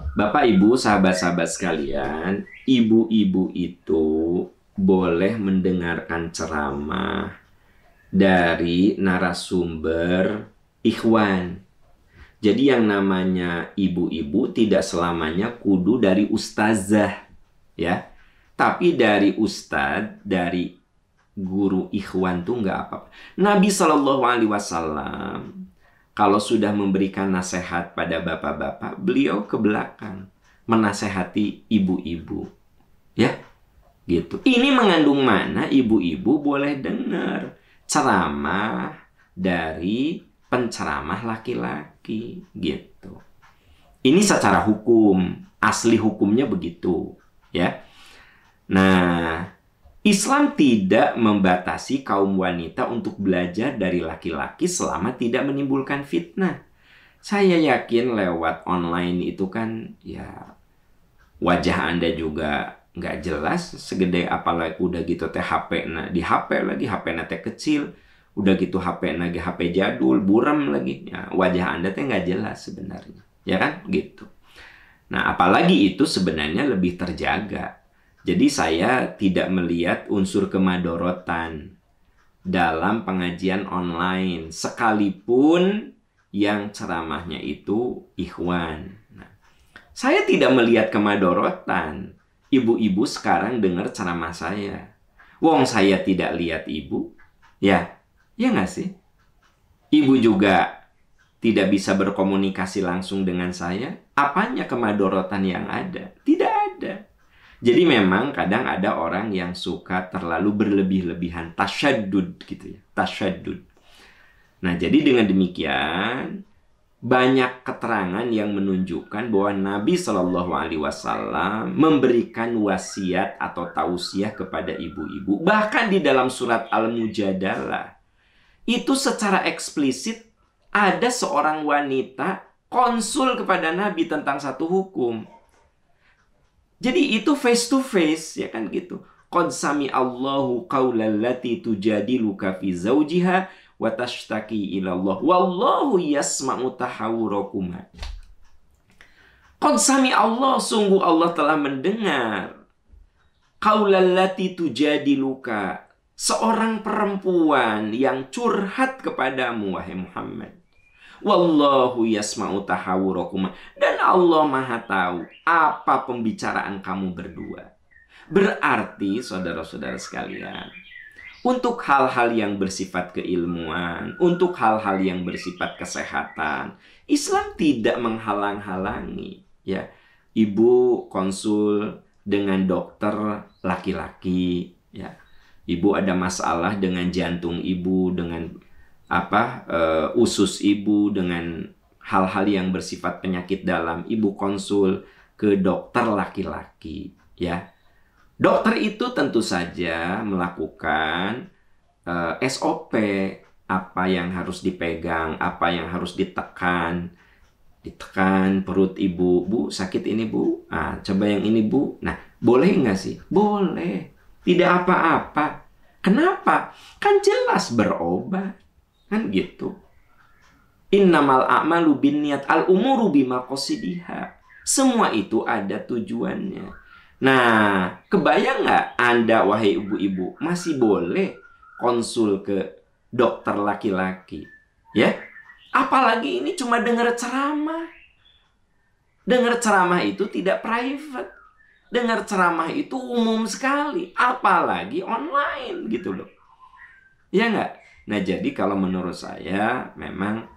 Bapak, Ibu, sahabat-sahabat sekalian, ibu-ibu itu boleh mendengarkan ceramah dari narasumber ikhwan. Jadi yang namanya ibu-ibu tidak selamanya kudu dari ustazah, ya. Tapi dari ustadz, dari guru ikhwan tuh nggak apa-apa. Nabi Shallallahu Alaihi Wasallam kalau sudah memberikan nasihat pada bapak-bapak, beliau ke belakang menasehati ibu-ibu, ya, gitu. Ini mengandung mana ibu-ibu boleh dengar ceramah dari penceramah laki-laki, gitu. Ini secara hukum, asli hukumnya begitu, ya. Nah, Islam tidak membatasi kaum wanita untuk belajar dari laki-laki selama tidak menimbulkan fitnah. Saya yakin lewat online itu kan, ya, wajah Anda juga nggak jelas, segede apalagi udah gitu teh HP, nah di HP lagi, HP teh kecil, udah gitu HP lagi HP jadul, buram lagi, ya, wajah Anda teh nggak jelas sebenarnya, ya kan, gitu. Nah, apalagi itu sebenarnya lebih terjaga. Jadi saya tidak melihat unsur kemadorotan dalam pengajian online, sekalipun yang ceramahnya itu ikhwan. Nah, saya tidak melihat kemadorotan ibu-ibu sekarang dengar ceramah saya. Wong saya tidak lihat ibu, ya, ya nggak sih? Ibu juga tidak bisa berkomunikasi langsung dengan saya. Apanya kemadorotan yang ada? Tidak ada. Jadi memang kadang ada orang yang suka terlalu berlebih-lebihan, tasyaddud gitu ya, tasyaddud. Nah, jadi dengan demikian banyak keterangan yang menunjukkan bahwa Nabi Shallallahu Alaihi Wasallam memberikan wasiat atau tausiah kepada ibu-ibu. Bahkan di dalam surat Al-Mujadalah itu secara eksplisit ada seorang wanita konsul kepada Nabi tentang satu hukum. Jadi itu face to face, ya kan gitu. Qad sami Allahu qaulal lati tujadiluka fi zawjiha wa tashtaki ila Allah wallahu yasma'u tahawurakuma. Qad sami Allah, sungguh Allah telah mendengar qaulal lati tujadiluka, seorang perempuan yang curhat kepadamu wahai Muhammad. Wallahu yasma'u tahawurakuma, dan Allah Maha tahu apa pembicaraan kamu berdua. Berarti saudara-saudara sekalian, untuk hal-hal yang bersifat keilmuan, untuk hal-hal yang bersifat kesehatan, Islam tidak menghalang-halangi, ya. Ibu konsul dengan dokter laki-laki, ya. Ibu ada masalah dengan jantung ibu, dengan usus ibu, dengan hal-hal yang bersifat penyakit dalam, ibu konsul ke dokter laki-laki, ya. Dokter itu tentu saja melakukan SOP, apa yang harus dipegang, apa yang harus ditekan. Ditekan perut ibu, bu sakit ini bu, coba yang ini bu. Nah, boleh nggak sih? Boleh, tidak apa-apa. Kenapa? Kan jelas berobat. Kan gitu. Innamal a'malu binniyat, al umuru bimaqasidiha. Semua itu ada tujuannya. Nah, kebayang nggak Anda wahai ibu-ibu masih boleh konsul ke dokter laki-laki, ya? Apalagi ini cuma dengar ceramah. Dengar ceramah itu tidak private. Dengar ceramah itu umum sekali, apalagi online gitu loh. Ya nggak? Nah, jadi kalau menurut saya memang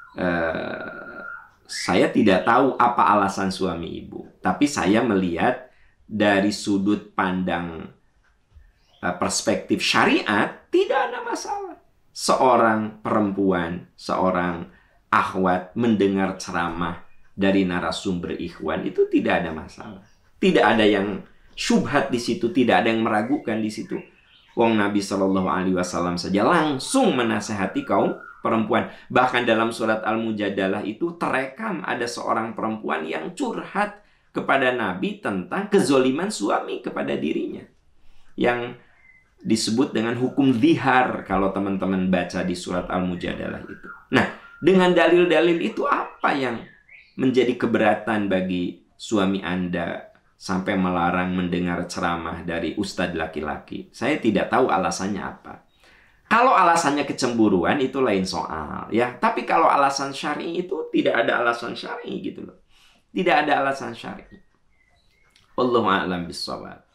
saya tidak tahu apa alasan suami ibu, tapi saya melihat dari sudut pandang perspektif syariat tidak ada masalah. Seorang perempuan, seorang akhwat mendengar ceramah dari narasumber ikhwan itu tidak ada masalah. Tidak ada yang syubhat di situ, tidak ada yang meragukan di situ. Wong Nabi Shallallahu Alaihi Wasallam saja langsung menasehati kaum perempuan. Bahkan dalam surat Al-Mujadalah itu terekam ada seorang perempuan yang curhat kepada Nabi tentang kezoliman suami kepada dirinya, yang disebut dengan hukum zihar kalau teman-teman baca di surat Al-Mujadalah itu. Nah, dengan dalil-dalil itu apa yang menjadi keberatan bagi suami Anda sampai melarang mendengar ceramah dari ustadz laki-laki? Saya tidak tahu alasannya apa. Kalau alasannya kecemburuan itu lain soal, ya. Tapi kalau alasan syar'i itu tidak ada alasan syar'i gitu loh. Tidak ada alasan syar'i. Wallahu a'lam bishawab.